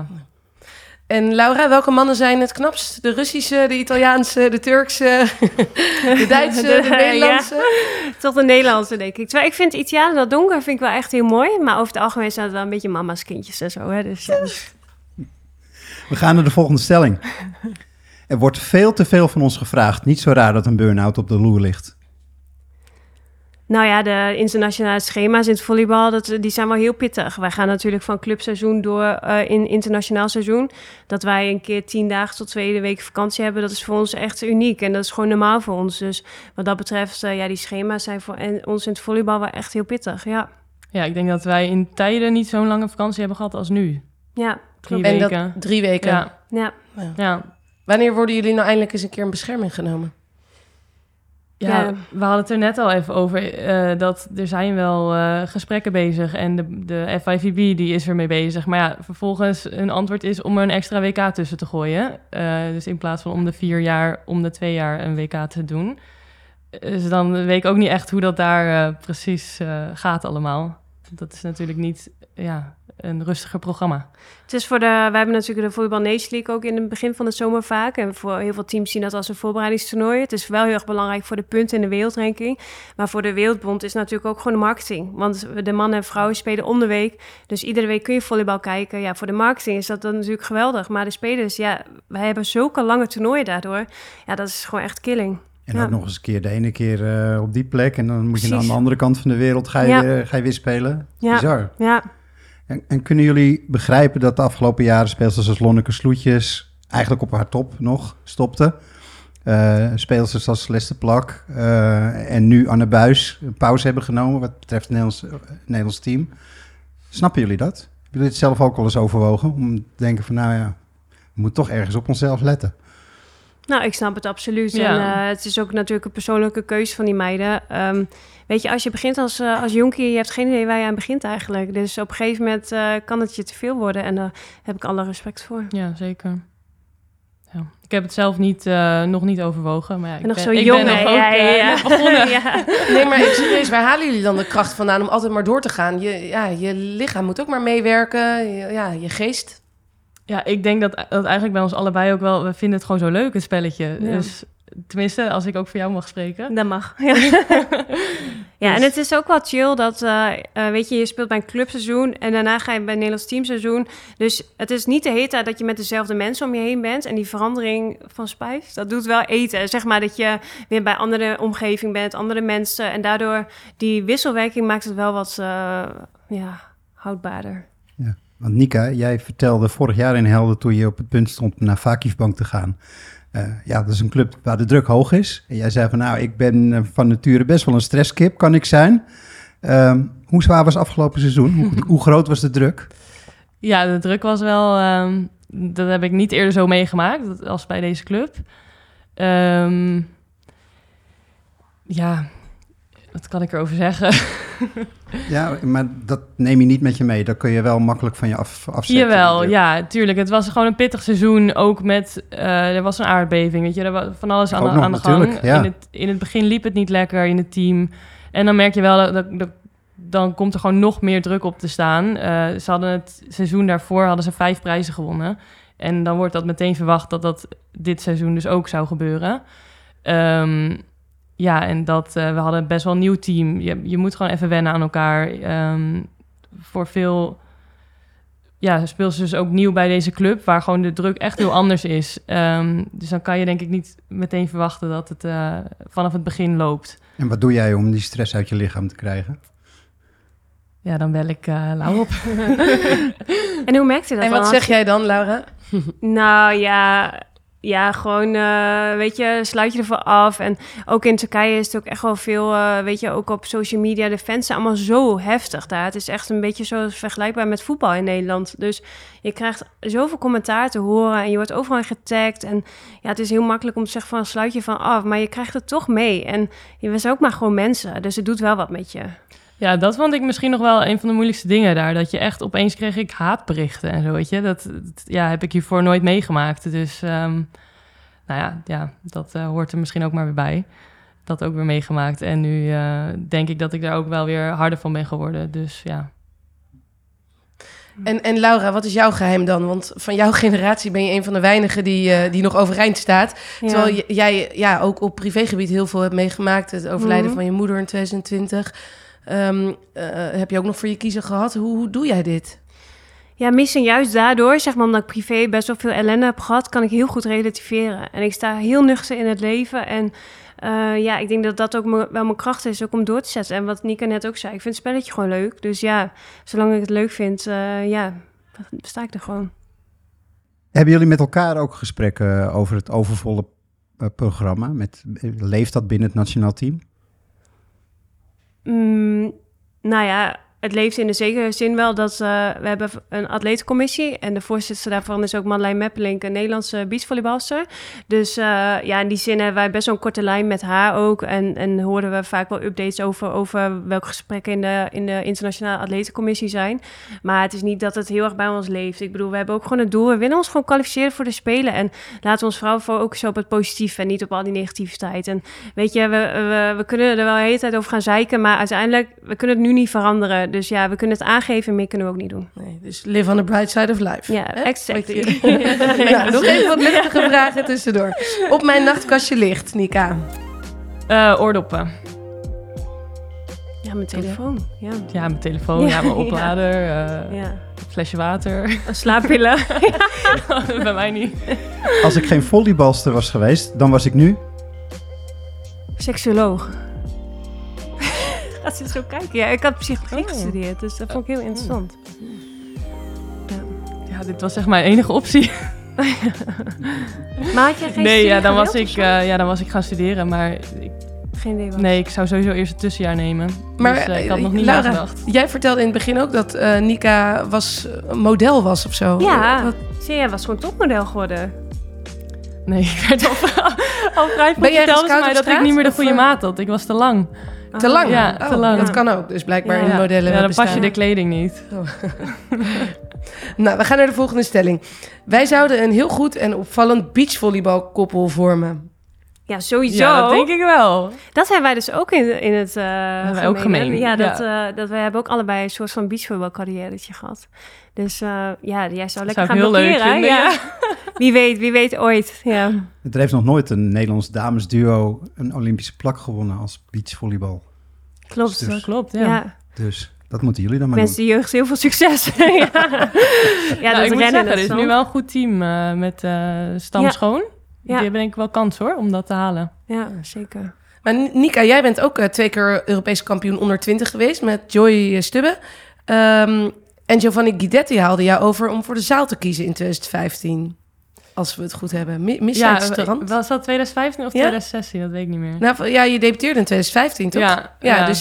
En Laura, welke mannen zijn het knapst? De Russische, de Italiaanse, de Turkse, de Duitse, de Nederlandse? Ja, toch de Nederlandse, denk ik. Terwijl ik vind Italianen, dat donker vind ik wel echt heel mooi. Maar over het algemeen zijn het wel een beetje mama's kindjes en zo. Hè? Dus, ja. We gaan naar de volgende stelling. Er wordt veel te veel van ons gevraagd. Niet zo raar dat een burn-out op de loer ligt. Nou ja, de internationale schema's in het volleybal, die zijn wel heel pittig. Wij gaan natuurlijk van clubseizoen door in internationaal seizoen. Dat wij een keer 10 dagen tot 2 weken vakantie hebben, dat is voor ons echt uniek. En dat is gewoon normaal voor ons. Dus wat dat betreft, die schema's zijn voor ons in het volleybal wel echt heel pittig, ja. Ja, ik denk dat wij in tijden niet zo'n lange vakantie hebben gehad als nu. Ja. 3 weken. En dat 3 weken? Ja. Wanneer worden jullie nou eindelijk eens een keer in bescherming genomen? Ja, we hadden het er net al even over, dat er zijn wel gesprekken bezig en de FIVB die is ermee bezig. Maar ja, vervolgens een antwoord is om er een extra WK tussen te gooien. Dus in plaats van om de 4 jaar, om de 2 jaar een WK te doen. Dus dan weet ik ook niet echt hoe dat daar precies gaat allemaal. Dat is natuurlijk niet een rustiger programma. Het is wij hebben natuurlijk de Volleybal Nation League ook in het begin van de zomer vaak. En voor heel veel teams zien dat als een voorbereidingstoernooi. Het is wel heel erg belangrijk voor de punten in de wereldranking. Maar voor de Wereldbond is natuurlijk ook gewoon de marketing. Want de mannen en vrouwen spelen om de week. Dus iedere week kun je volleybal kijken. Ja, voor de marketing is dat dan natuurlijk geweldig. Maar de spelers, wij hebben zulke lange toernooien daardoor. Ja, dat is gewoon echt killing. En ook nog eens een keer de ene keer op die plek. En dan moet je aan de andere kant van de wereld ga je weer spelen. Ja. Bizar. Ja. En kunnen jullie begrijpen dat de afgelopen jaren speelsters als Lonneke Sloetjes eigenlijk op haar top nog stopten? Speelsters als Celeste Plak en nu Anne Buis een pauze hebben genomen wat betreft het Nederlands team. Snappen jullie dat? Hebben jullie het zelf ook wel eens overwogen? Om te denken van we moeten toch ergens op onszelf letten. Nou, ik snap het absoluut. Ja. En het is ook natuurlijk een persoonlijke keuze van die meiden. Weet je, als je begint als jonkie, je hebt geen idee waar je aan begint eigenlijk. Dus op een gegeven moment kan het je te veel worden. En daar heb ik alle respect voor. Ja, zeker. Ja. Ik heb het zelf nog niet overwogen. Maar ben nog zo jong, ben nog ook begonnen. Ja. Nee, maar ik serieus, waar halen jullie dan de kracht vandaan om altijd maar door te gaan? Je lichaam moet ook maar meewerken, je geest. Ja, ik denk dat eigenlijk bij ons allebei ook wel... We vinden het gewoon zo leuk, het spelletje. Ja. Dus tenminste, als ik ook voor jou mag spreken. Dat mag. Ja. Ja, en het is ook wel chill dat, weet je speelt bij een clubseizoen en daarna ga je bij een Nederlands teamseizoen. Dus het is niet de hele tijd dat je met dezelfde mensen om je heen bent. En die verandering van spijs, dat doet wel eten. Zeg maar dat je weer bij andere omgeving bent, andere mensen. En daardoor die wisselwerking maakt het wel wat houdbaarder. Ja. Want Nika, jij vertelde vorig jaar in Helden toen je op het punt stond naar Vakifbank te gaan. Dat is een club waar de druk hoog is. En jij zei van ik ben van nature best wel een stresskip, kan ik zijn. Hoe zwaar was het afgelopen seizoen? Hoe groot was de druk? Ja, de druk was wel... dat heb ik niet eerder zo meegemaakt als bij deze club. Wat kan ik erover zeggen? Ja, maar dat neem je niet met je mee. Dat kun je wel makkelijk van je afzetten. Jawel, ja, tuurlijk. Het was gewoon een pittig seizoen. Ook met, er was een aardbeving, weet je. Er was van alles aan de gang. Ja. In het begin liep het niet lekker in het team. En dan merk je wel, dan komt er gewoon nog meer druk op te staan. Ze hadden het seizoen daarvoor 5 prijzen gewonnen. En dan wordt dat meteen verwacht dat dit seizoen dus ook zou gebeuren. En we hadden best wel een nieuw team. Je moet gewoon even wennen aan elkaar. Voor veel speelt ze dus ook nieuw bij deze club, waar gewoon de druk echt heel anders is. Dus dan kan je denk ik niet meteen verwachten dat het vanaf het begin loopt. En wat doe jij om die stress uit je lichaam te krijgen? Ja, dan bel ik Lau op. En hoe merkte dat En dan? wat zeg jij dan, Laura? Nou ja, gewoon, weet je, sluit je ervoor af. En ook in Turkije is het ook echt wel veel, weet je, ook op social media. De fans zijn allemaal zo heftig daar. Het is echt een beetje zo vergelijkbaar met voetbal in Nederland. Dus je krijgt zoveel commentaar te horen en je wordt overal getagd. En ja, het is heel makkelijk om te zeggen van, sluit je van af. Maar je krijgt het toch mee. En je zijn ook maar gewoon mensen, dus het doet wel wat met je. Ja, dat vond ik misschien nog wel een van de moeilijkste dingen daar. Dat je echt opeens kreeg ik haatberichten en zo, weet je. Dat heb ik hiervoor nooit meegemaakt. Dus dat hoort er misschien ook maar weer bij. Dat ook weer meegemaakt. En nu denk ik dat ik daar ook wel weer harder van ben geworden. Dus ja. En Laura, wat is jouw geheim dan? Want van jouw generatie ben je een van de weinigen die nog overeind staat. Ja. Terwijl jij ook op privégebied heel veel hebt meegemaakt. Het overlijden van je moeder in 2020... heb je ook nog voor je kiezen gehad? Hoe doe jij dit? Ja, misschien juist daardoor, zeg maar, omdat ik privé best wel veel ellende heb gehad, kan ik heel goed relativeren. En ik sta heel nuchter in het leven. En ik denk dat dat ook wel mijn kracht is, ook om door te zetten. En wat Nika net ook zei, ik vind het spelletje gewoon leuk. Dus ja, zolang ik het leuk vind, sta ik er gewoon. Hebben jullie met elkaar ook gesprekken over het overvolle programma? Leeft dat binnen het nationaal team? Het leeft in de zekere zin wel dat we hebben een atletencommissie en de voorzitter daarvan is ook Madeleine Meppelink, een Nederlandse beachvolleybalster. Dus in die zin hebben wij best wel een korte lijn met haar ook en hoorden we vaak wel updates over welke gesprekken in de internationale atletencommissie zijn. Maar het is niet dat het heel erg bij ons leeft. Ik bedoel, we hebben ook gewoon het doel, we willen ons gewoon kwalificeren voor de Spelen en laten we ons vooral focussen op het positieve en niet op al die negativiteit. En weet je, we kunnen er wel de hele tijd over gaan zeiken, maar uiteindelijk, we kunnen het nu niet veranderen. Dus ja, we kunnen het aangeven, meer kunnen we ook niet doen. Nee, dus live on the bright side of life. Ja, exactly. Nog even wat luchtige vragen tussendoor. Op mijn nachtkastje ligt, Nika. Oordoppen. Ja, mijn telefoon. Ja, Ja, mijn telefoon, mijn oplader, een flesje water. Slaappillen. Bij mij niet. Als ik geen volleybalster was geweest, dan was ik nu... Seksuoloog. Gaat ze zo kijken? Ja, ik had psychologie gestudeerd, dus dat vond ik heel interessant. Ja, dit was echt mijn enige optie. Maar had jij geen Nee, studie dan gewild was ik gaan studeren, maar geen idee wat. nee, ik zou sowieso eerst het tussenjaar nemen. Maar Dus ik had nog niet Laura, nagedacht. jij vertelde in het begin ook dat Nika model was of zo. Ja, jij was gewoon topmodel geworden. Nee, ik werd al vrij Ben jij vertelde ze gescout mij op dat ik straat, niet meer de of, goede maat had. Ik was te lang. Te lang? Ja, te lang. Dat kan ook, dus blijkbaar in Ja. modellen Ja, dan bestaan. pas je de kleding niet. Nou, we gaan naar de volgende stelling. Wij zouden een heel goed en opvallend beachvolleybalkoppel vormen. Ja, sowieso. Ja, dat denk ik wel. Dat hebben wij dus ook in het wij ook gemeen. Ja, dat wij hebben ook allebei een soort van beachvolleybalcarrièretje gehad. Dus jij zou lekker Zou ik gaan heel leuk blokkeren. vinden, Ja. Wie weet ooit. Ja. Er heeft nog nooit een Nederlands damesduo een Olympische plak gewonnen als beachvolleybal. Klopt. Dus- Dat klopt, ja. Ja. Dus dat moeten jullie dan maar Mensen doen. de jeugd heel veel succes. ja, Nou, dat ik moet rennen. zeggen, er is nu wel een goed team met Stam Ja. Schoon. Die Ja. hebben denk ik wel kans hoor, om dat te halen. Ja, zeker. Maar Nika, jij bent ook 2 keer Europees kampioen onder 20 geweest met Joy Stubbe. En Giovanni Guidetti haalde jou over om voor de zaal te kiezen in 2015. Als we het goed hebben. Mis jij het strand? Was dat 2015 of Ja? 2016? Dat weet ik niet meer. Nou, ja, je debuteerde in 2015, toch? Ja. Dus...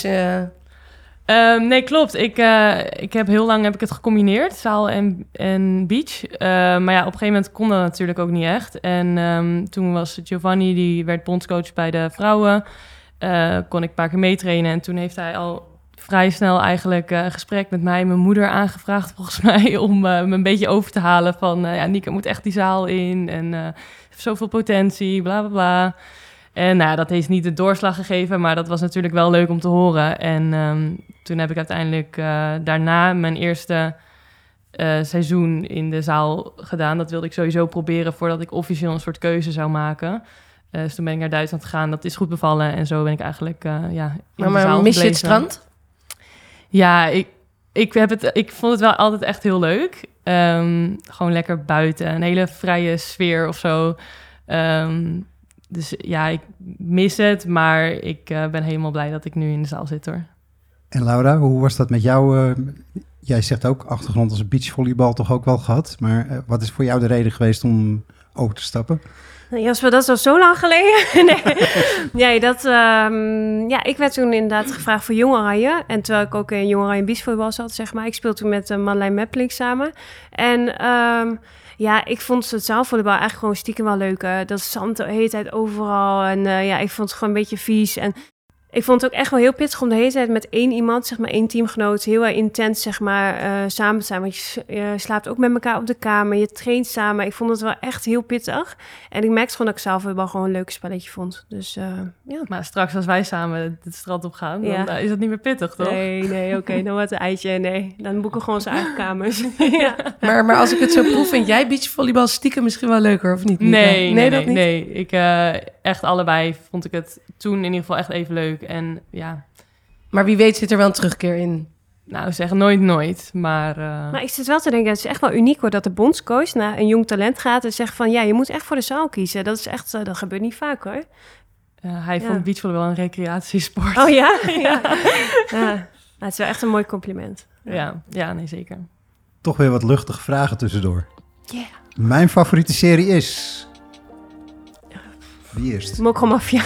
Nee, klopt. Ik heb heel lang het gecombineerd, zaal en beach. Maar ja, op een gegeven moment kon dat natuurlijk ook niet echt. En toen was Giovanni, die werd bondscoach bij de vrouwen. Kon ik een paar keer meetrainen. En toen heeft hij al vrij snel eigenlijk een gesprek met mij en mijn moeder aangevraagd, volgens mij, om me een beetje over te halen van, Nika moet echt die zaal in en heeft zoveel potentie, bla bla bla. En dat heeft niet de doorslag gegeven, maar dat was natuurlijk wel leuk om te horen. En toen heb ik uiteindelijk daarna mijn eerste seizoen in de zaal gedaan. Dat wilde ik sowieso proberen voordat ik officieel een soort keuze zou maken. Dus toen ben ik naar Duitsland gegaan. Dat is goed bevallen en zo ben ik eigenlijk in de zaal Maar mis je het gebleven. strand? Ja, Ik vond het wel altijd echt heel leuk. Gewoon lekker buiten. Een hele vrije sfeer of zo. Dus ja, ik mis het. Maar ik ben helemaal blij dat ik nu in de zaal zit, hoor. En Laura, hoe was dat met jou? Jij zegt ook achtergrond als beachvolleybal toch ook wel gehad. Maar wat is voor jou de reden geweest om over te stappen? Jasper, dat is al zo lang geleden. Ik werd toen inderdaad gevraagd voor Jong Oranje. En terwijl ik ook in Jong Oranje beachvolleybal zat, zeg maar. Ik speelde toen met Marlijn Meppeling samen. En ik vond het zaalvolleybal eigenlijk gewoon stiekem wel leuk. Dat zand de hele tijd overal. En ik vond het gewoon een beetje vies. En ik vond het ook echt wel heel pittig om de hele tijd met één iemand, zeg maar één teamgenoot, heel erg intens, zeg maar, samen te zijn. Want je slaapt ook met elkaar op de kamer, je traint samen. Ik vond het wel echt heel pittig. En ik merkte gewoon dat ik zaalvolleybal gewoon een leuk spelletje vond. Dus ja. Maar straks als wij samen het strand op gaan, dan is dat niet meer pittig, toch? Nee, oké, dan wordt een eitje. Nee, dan boeken we gewoon zijn eigen kamers. Ja. Maar als ik het zo proef, vind jij beachvolleybal stiekem misschien wel leuker, of niet? Nee. Ik echt allebei vond ik het toen in ieder geval echt even leuk. En ja. Maar wie weet zit er wel een terugkeer in. Nou, zeg nooit, maar... Maar ik zit wel te denken, het is echt wel uniek hoor, dat de bondscoach naar een jong talent gaat en zegt van, ja, je moet echt voor de zaal kiezen. Dat is echt, dat gebeurt niet vaak hoor. Hij vond beachvolleybal een recreatiesport. Oh ja? Ja. Het is wel echt een mooi compliment. Ja, nee, zeker. Toch weer wat luchtige vragen tussendoor. Yeah. Mijn favoriete serie is... Wie eerst? Mokromafia.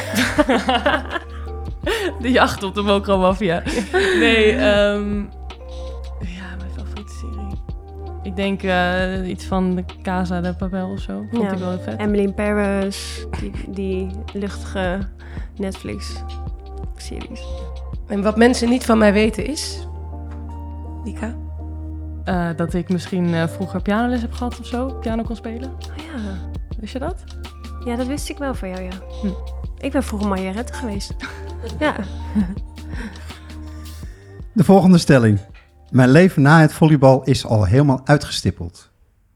De jacht op de Mokromafia. Nee, mijn favoriete serie. Ik denk iets van de Casa de Papel of zo. Vond ik wel vet. Emily in Paris, die luchtige Netflix-series. En wat mensen niet van mij weten is... Nika? Dat ik misschien vroeger pianoles heb gehad of zo. Piano kon spelen. Oh ja. Wist je dat? Ja, dat wist ik wel van jou, ja. Ik ben vroeger marionette geweest. Ja. De volgende stelling. Mijn leven na het volleybal is al helemaal uitgestippeld.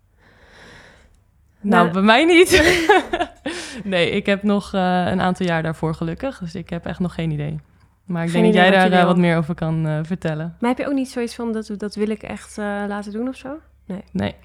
Nou, bij mij niet. Nee, ik heb nog een aantal jaar daarvoor gelukkig. Dus ik heb echt nog geen idee. Maar ik denk dat jij daar wat meer over kan vertellen. Maar heb je ook niet zoiets van, dat wil ik echt laten doen of zo? Nee.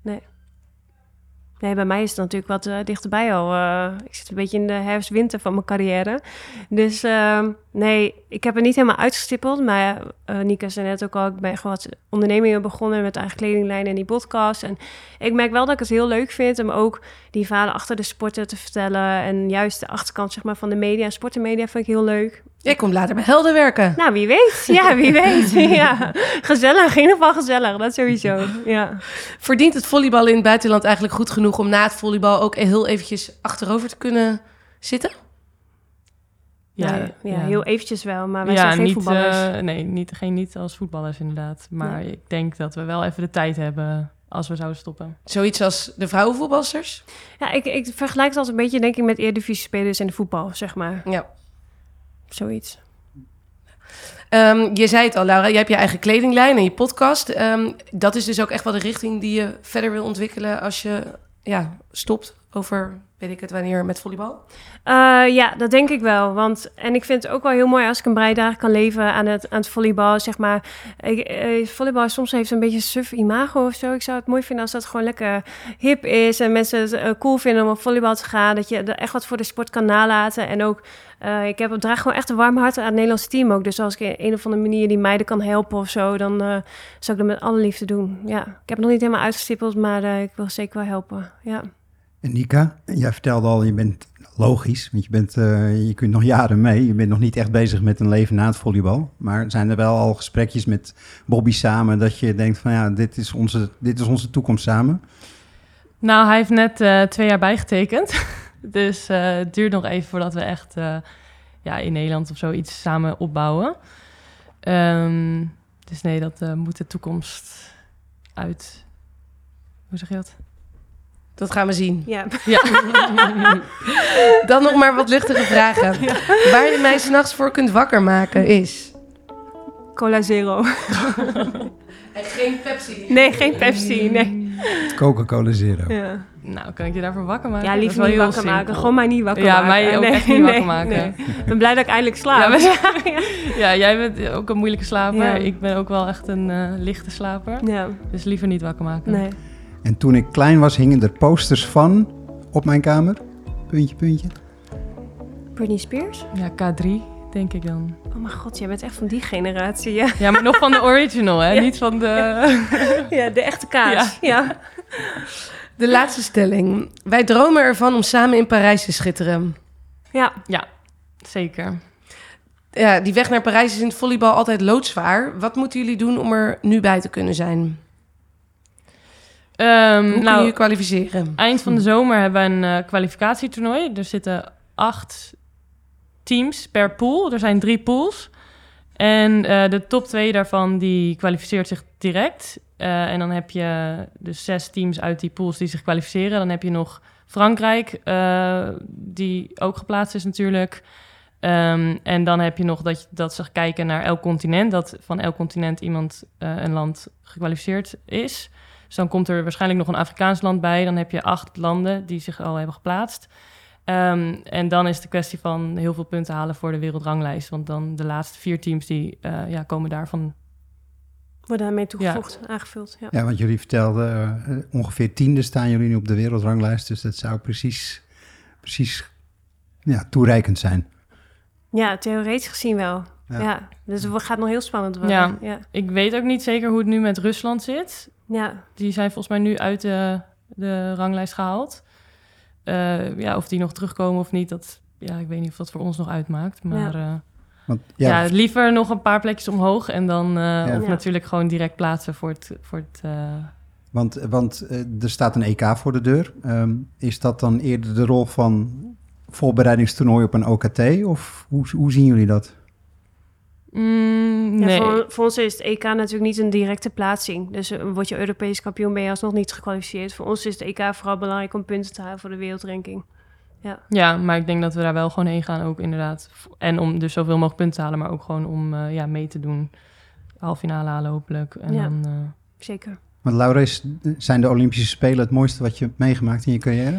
Nee, bij mij is het natuurlijk wat dichterbij al. Ik zit een beetje in de herfst-winter van mijn carrière. Dus nee, ik heb het niet helemaal uitgestippeld. Maar Nika zei net ook al, ik ben gewoon wat ondernemingen begonnen met eigen kledinglijn en die podcast. En ik merk wel dat ik het heel leuk vind om ook die verhalen achter de sporten te vertellen. En juist de achterkant zeg maar, van de media, sportenmedia vind ik heel leuk. Jij komt later bij Helden werken. Nou, wie weet. Ja, wie weet. Ja. Gezellig, in ieder geval gezellig. Dat sowieso, ja. Verdient het volleybal in het buitenland eigenlijk goed genoeg om na het volleybal ook heel eventjes achterover te kunnen zitten? Ja, heel eventjes wel, maar wij zijn geen voetballers. Niet als voetballers inderdaad. Maar ik denk dat we wel even de tijd hebben als we zouden stoppen. Zoiets als de vrouwenvoetbalsters? Ja, ik vergelijk het altijd een beetje, denk ik, met Eredivisie-spelers in de voetbal, zeg maar. Ja. Zoiets. Je zei het al, Laura, je hebt je eigen kledinglijn en je podcast. Dat is dus ook echt wel de richting die je verder wil ontwikkelen als je stopt over, weet ik het wanneer, met volleybal? Ja, dat denk ik wel. En ik vind het ook wel heel mooi als ik een bijdrage kan leveren aan het volleybal, zeg maar. Volleybal soms heeft een beetje een suf imago of zo. Ik zou het mooi vinden als dat gewoon lekker hip is en mensen het cool vinden om op volleybal te gaan. Dat je er echt wat voor de sport kan nalaten. En ook, ik draag gewoon echt een warm hart aan het Nederlandse team ook. Dus als ik in een of andere manier die meiden kan helpen of zo, dan zou ik dat met alle liefde doen. Ja, ik heb het nog niet helemaal uitgestippeld, maar ik wil zeker wel helpen. Ja. En Nika, jij vertelde al, je bent logisch, want je kunt nog jaren mee. Je bent nog niet echt bezig met een leven na het volleybal. Maar zijn er wel al gesprekjes met Bobby samen dat je denkt van ja, dit is onze toekomst samen? Nou, hij heeft net 2 jaar bijgetekend. Dus het duurt nog even voordat we echt in Nederland of zo iets samen opbouwen. Dus nee, dat moet de toekomst uit. Hoe zeg je dat? Dat gaan we zien. Ja. Dan nog maar wat luchtige vragen. Ja. Waar je mij 's nachts voor kunt wakker maken is... Cola Zero. En geen Pepsi? Nee, geen Pepsi, nee. Coca-Cola Zero. Ja, Nou, kan ik je daarvoor wakker maken? ja Dat is liever wel niet heel wakker maken. simpel. Gewoon mij niet wakker Ja, maken. mij ook echt niet wakker maken. nee. Ik ben blij dat ik eindelijk slaap. Ja, jij bent ook een moeilijke slaper. Ja. Ik ben ook wel echt een lichte slaper. Ja, Dus liever niet wakker maken. nee. En toen ik klein was, hingen er posters van op mijn kamer. Puntje, puntje. Britney Spears? Ja, K3, denk ik dan. Oh mijn god, jij bent echt van die generatie, ja. Ja, maar nog van de original, hè? Ja. Niet van de... Ja, de echte kaas. Ja. De laatste stelling. Wij dromen ervan om samen in Parijs te schitteren. Ja. Ja, zeker. Ja, die weg naar Parijs is in het volleybal altijd loodzwaar. Wat moeten jullie doen om er nu bij te kunnen zijn? Hoe kun je je kwalificeren? Eind van de zomer hebben we een kwalificatietoernooi. Er zitten 8 teams per pool. Er zijn 3 pools. En de top 2 daarvan die kwalificeert zich direct. En dan heb je dus 6 teams uit die pools die zich kwalificeren. Dan heb je nog Frankrijk, die ook geplaatst is natuurlijk. En dan heb je nog dat ze kijken naar elk continent. Dat van elk continent een land gekwalificeerd is. Dus dan komt er waarschijnlijk nog een Afrikaans land bij. Dan heb je 8 landen die zich al hebben geplaatst. En dan is de kwestie van heel veel punten halen voor de wereldranglijst. Want dan de laatste 4 teams die komen daarvan. Worden daarmee toegevoegd, aangevuld. Ja. Ja, want jullie vertelden ongeveer 10e staan jullie nu op de wereldranglijst. Dus dat zou precies toereikend zijn. Ja, theoretisch gezien wel. Ja. Dus het gaat nog heel spannend worden. Ja. Ja. Ik weet ook niet zeker hoe het nu met Rusland zit. Ja. Die zijn volgens mij nu uit de ranglijst gehaald. Of die nog terugkomen of niet, ik weet niet of dat voor ons nog uitmaakt. Maar Want, liever nog een paar plekjes omhoog en dan Ja. natuurlijk gewoon direct plaatsen voor het Want er staat een EK voor de deur. Is dat dan eerder de rol van voorbereidingstoernooi op een OKT? Of hoe zien jullie dat? nee. Voor ons is het EK natuurlijk niet een directe plaatsing. Dus word je Europees kampioen, ben je alsnog niet gekwalificeerd. Voor ons is het EK vooral belangrijk om punten te halen voor de wereldranking. Ja, maar ik denk dat we daar wel gewoon heen gaan ook inderdaad. En om dus zoveel mogelijk punten te halen, maar ook gewoon om mee te doen. Halve finale halen hopelijk. En dan, Zeker. Want Laura, zijn de Olympische Spelen het mooiste wat je hebt meegemaakt in je carrière?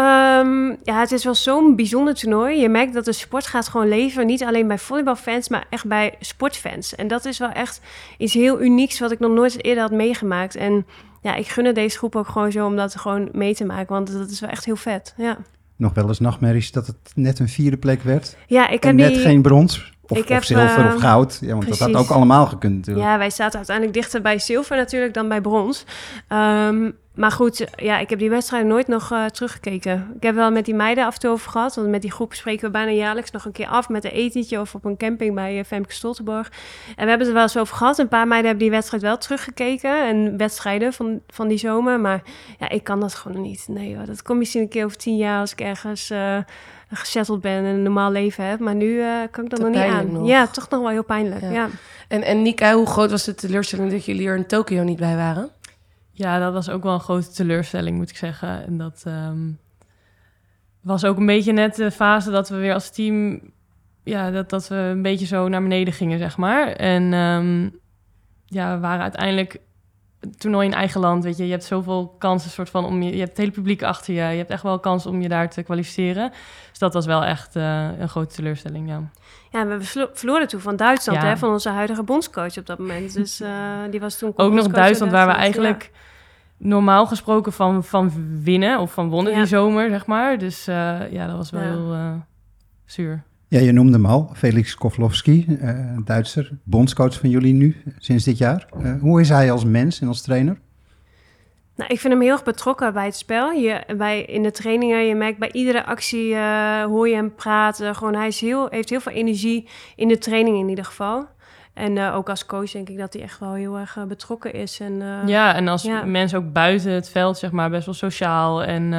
Het is wel zo'n bijzonder toernooi. Je merkt dat de sport gaat gewoon leven. Niet alleen bij volleybalfans, maar echt bij sportfans. En dat is wel echt iets heel unieks wat ik nog nooit eerder had meegemaakt. En ja, ik gun het deze groep ook gewoon zo om dat gewoon mee te maken. Want dat is wel echt heel vet, ja. Nog wel eens nachtmerries dat het net een 4e plek werd? Ja, ik en heb net geen brons? Of zilver of goud? Ja, want precies. dat had ook allemaal gekund natuurlijk. Ja, wij zaten uiteindelijk dichter bij zilver natuurlijk dan bij brons. Maar goed, ik heb die wedstrijd nooit nog teruggekeken. Ik heb wel met die meiden af en toe over gehad. Want met die groep spreken we bijna jaarlijks nog een keer af met een etentje of op een camping bij Femke Stoltenborg. En we hebben het er wel eens over gehad. Een paar meiden hebben die wedstrijd wel teruggekeken. En wedstrijden van die zomer. Maar ja, ik kan dat gewoon niet. Nee hoor, dat komt misschien een keer over 10 jaar als ik ergens gesetteld ben en een normaal leven heb. Maar nu kan ik dat nog niet aan. Nog. Ja, toch nog wel heel pijnlijk. Ja. En Nika, hoe groot was de teleurstelling dat jullie er in Tokio niet bij waren? Ja, dat was ook wel een grote teleurstelling, moet ik zeggen. En dat was ook een beetje net de fase dat we weer als team... Ja, dat we een beetje zo naar beneden gingen, zeg maar. En we waren uiteindelijk het toernooi in eigen land, weet je. Je hebt zoveel kansen, soort van, je hebt het hele publiek achter je. Je hebt echt wel kans om je daar te kwalificeren. Dus dat was wel echt een grote teleurstelling, ja. Ja, we verloren toen van Duitsland, Ja. Van onze huidige bondscoach op dat moment. Dus die was toen ook nog Duitsland, waar we eigenlijk... Ja. Normaal gesproken van winnen of van wonnen die zomer, zeg maar. Dus dat was wel heel zuur. Ja, je noemde hem al, Felix Koflowski, Duitser, bondscoach van jullie nu, sinds dit jaar. Hoe is hij als mens en als trainer? Nou, ik vind hem heel erg betrokken bij het spel. In de trainingen, je merkt bij iedere actie, hoor je hem praten. Gewoon, hij heeft heel veel energie in de training in ieder geval. En ook als coach denk ik dat hij echt wel heel erg betrokken is. En, en als mens ook buiten het veld, zeg maar, best wel sociaal. En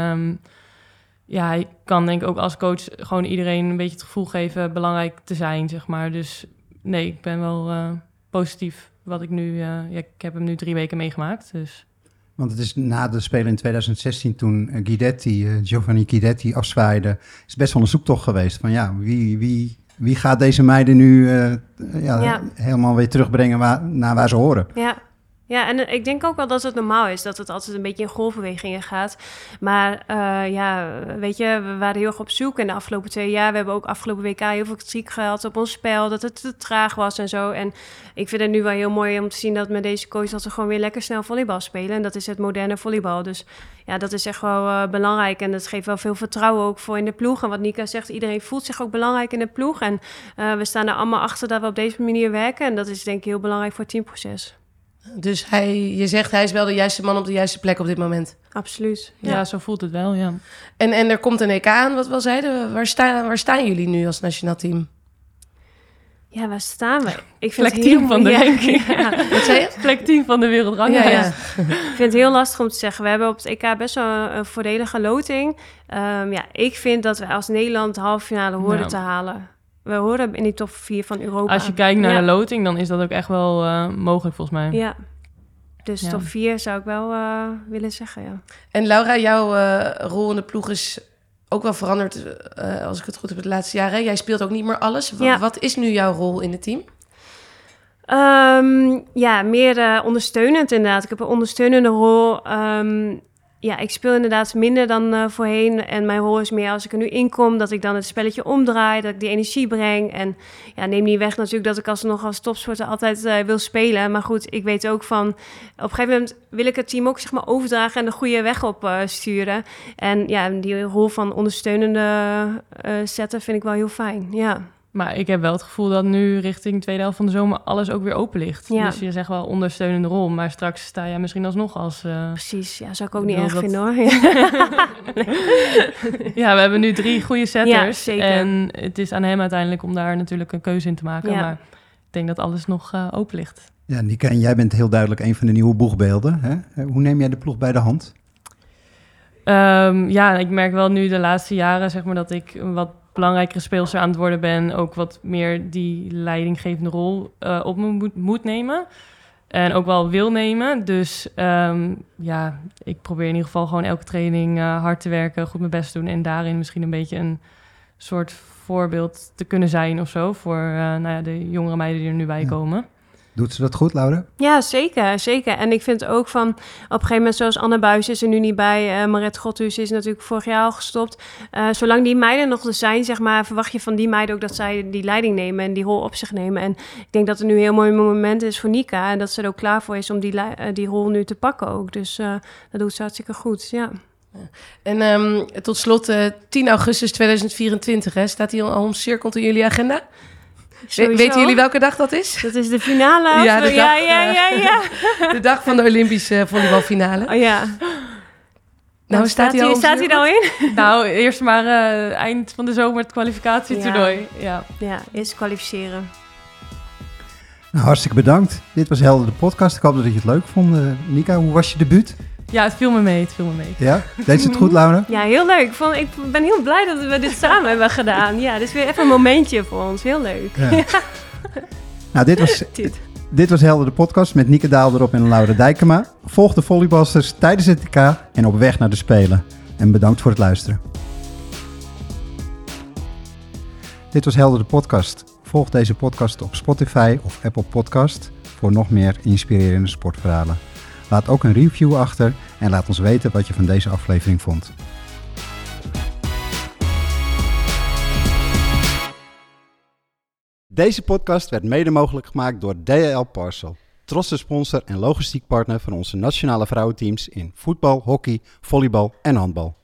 hij kan denk ik ook als coach gewoon iedereen een beetje het gevoel geven belangrijk te zijn, zeg maar. Dus nee, ik ben wel positief wat ik nu... ik heb hem nu 3 weken meegemaakt, dus... Want het is na de Spelen in 2016, toen Giovanni Guidetti afzwaaide, is best wel een zoektocht geweest van wie gaat deze meiden nu helemaal weer terugbrengen naar waar ze horen? Ja, en ik denk ook wel dat het normaal is dat het altijd een beetje in golfbewegingen gaat. Maar weet je, we waren heel erg op zoek in de afgelopen 2 jaar. We hebben ook afgelopen WK heel veel kritiek gehad op ons spel, dat het te traag was en zo. En ik vind het nu wel heel mooi om te zien dat met deze coach dat we gewoon weer lekker snel volleybal spelen. En dat is het moderne volleybal. Dus ja, dat is echt wel belangrijk. En dat geeft wel veel vertrouwen ook voor in de ploeg. En wat Nika zegt, iedereen voelt zich ook belangrijk in de ploeg. En we staan er allemaal achter dat we op deze manier werken. En dat is denk ik heel belangrijk voor het teamproces. Dus je zegt hij is wel de juiste man op de juiste plek op dit moment. Absoluut. Ja, zo voelt het wel, ja. En er komt een EK aan, wat we al zeiden. Waar staan jullie nu als nationaal team? Ja, waar staan we? Ik vind Plek het 10 van de ranking. Ja. Wat zei je? Plek 10 van de wereldranglijst. Ja. Ik vind het heel lastig om te zeggen. We hebben op het EK best wel een voordelige loting. Ik vind dat we als Nederland de halve finale hoorden te halen. We horen in die top 4 van Europa. Als je kijkt naar de loting, dan is dat ook echt wel mogelijk volgens mij. Ja. Dus top 4 zou ik wel willen zeggen, ja. En Laura, jouw rol in de ploeg is ook wel veranderd, als ik het goed heb, de laatste jaren. Jij speelt ook niet meer alles. Wat is nu jouw rol in het team? Meer ondersteunend inderdaad. Ik heb een ondersteunende rol. Ik speel inderdaad minder dan voorheen. En mijn rol is meer als ik er nu in kom, dat ik dan het spelletje omdraai, dat ik die energie breng. En neem niet weg natuurlijk dat ik alsnog als topsporter altijd wil spelen. Maar goed, ik weet ook van, op een gegeven moment wil ik het team ook zeg maar overdragen en de goede weg op sturen. En die rol van ondersteunende zetten vind ik wel heel fijn, ja. Maar ik heb wel het gevoel dat nu richting tweede helft van de zomer alles ook weer open ligt. Ja. Dus je zegt wel ondersteunende rol, maar straks sta jij misschien alsnog als... Precies, ja, zou ik ook niet erg vinden hoor. Ja, we hebben nu 3 goede setters. Ja, zeker. En het is aan hem uiteindelijk om daar natuurlijk een keuze in te maken. Ja. Maar ik denk dat alles nog open ligt. Ja, Nika, en jij bent heel duidelijk een van de nieuwe boegbeelden. Hè? Hoe neem jij de ploeg bij de hand? Ik merk wel nu de laatste jaren zeg maar, dat ik een wat belangrijkere speelster aan het worden ben. Ook wat meer die leidinggevende rol op me moet nemen. En ook wel wil nemen. Dus ik probeer in ieder geval gewoon elke training hard te werken, goed mijn best te doen. En daarin misschien een beetje een soort voorbeeld te kunnen zijn of zo. Voor de jongere meiden die er nu bij komen. Doet ze dat goed, Laura? Ja, zeker, zeker. En ik vind ook van, op een gegeven moment zoals Anne Buijs is er nu niet bij. Maret Godhuis is natuurlijk vorig jaar al gestopt. Zolang die meiden nog er zijn, zeg maar, verwacht je van die meiden ook dat zij die leiding nemen en die rol op zich nemen. En ik denk dat het nu een heel mooi moment is voor Nika en dat ze er ook klaar voor is om die rol nu te pakken ook. Dus dat doet ze hartstikke goed, ja. En tot slot, 10 augustus 2024, hè, staat die al omcirkeld in jullie agenda? Weten jullie welke dag dat is? Dat is de finale? Ja, de dag, ja. De dag van de Olympische volleybalfinale. Oh ja. Nou, staat hij al in? Nou, eerst maar eind van de zomer het kwalificatietoernooi. Ja, eerst kwalificeren. Nou, hartstikke bedankt. Dit was Helder de podcast. Ik hoop dat je het leuk vond. Nika, hoe was je debuut? Ja, het viel me mee. Ja? Deed ze het goed, Laura? Ja, heel leuk. Ik ben heel blij dat we dit samen hebben gedaan. Ja, dit is weer even een momentje voor ons. Heel leuk. Ja. Nou, dit was Helder de podcast met Nika Daalderop en Laura Dijkema. Volg de volleybalsters tijdens het EK en op weg naar de Spelen. En bedankt voor het luisteren. Dit was Helder de podcast. Volg deze podcast op Spotify of Apple Podcast voor nog meer inspirerende sportverhalen. Laat ook een review achter en laat ons weten wat je van deze aflevering vond. Deze podcast werd mede mogelijk gemaakt door DHL Parcel, trotse sponsor en logistiek partner van onze nationale vrouwenteams in voetbal, hockey, volleybal en handbal.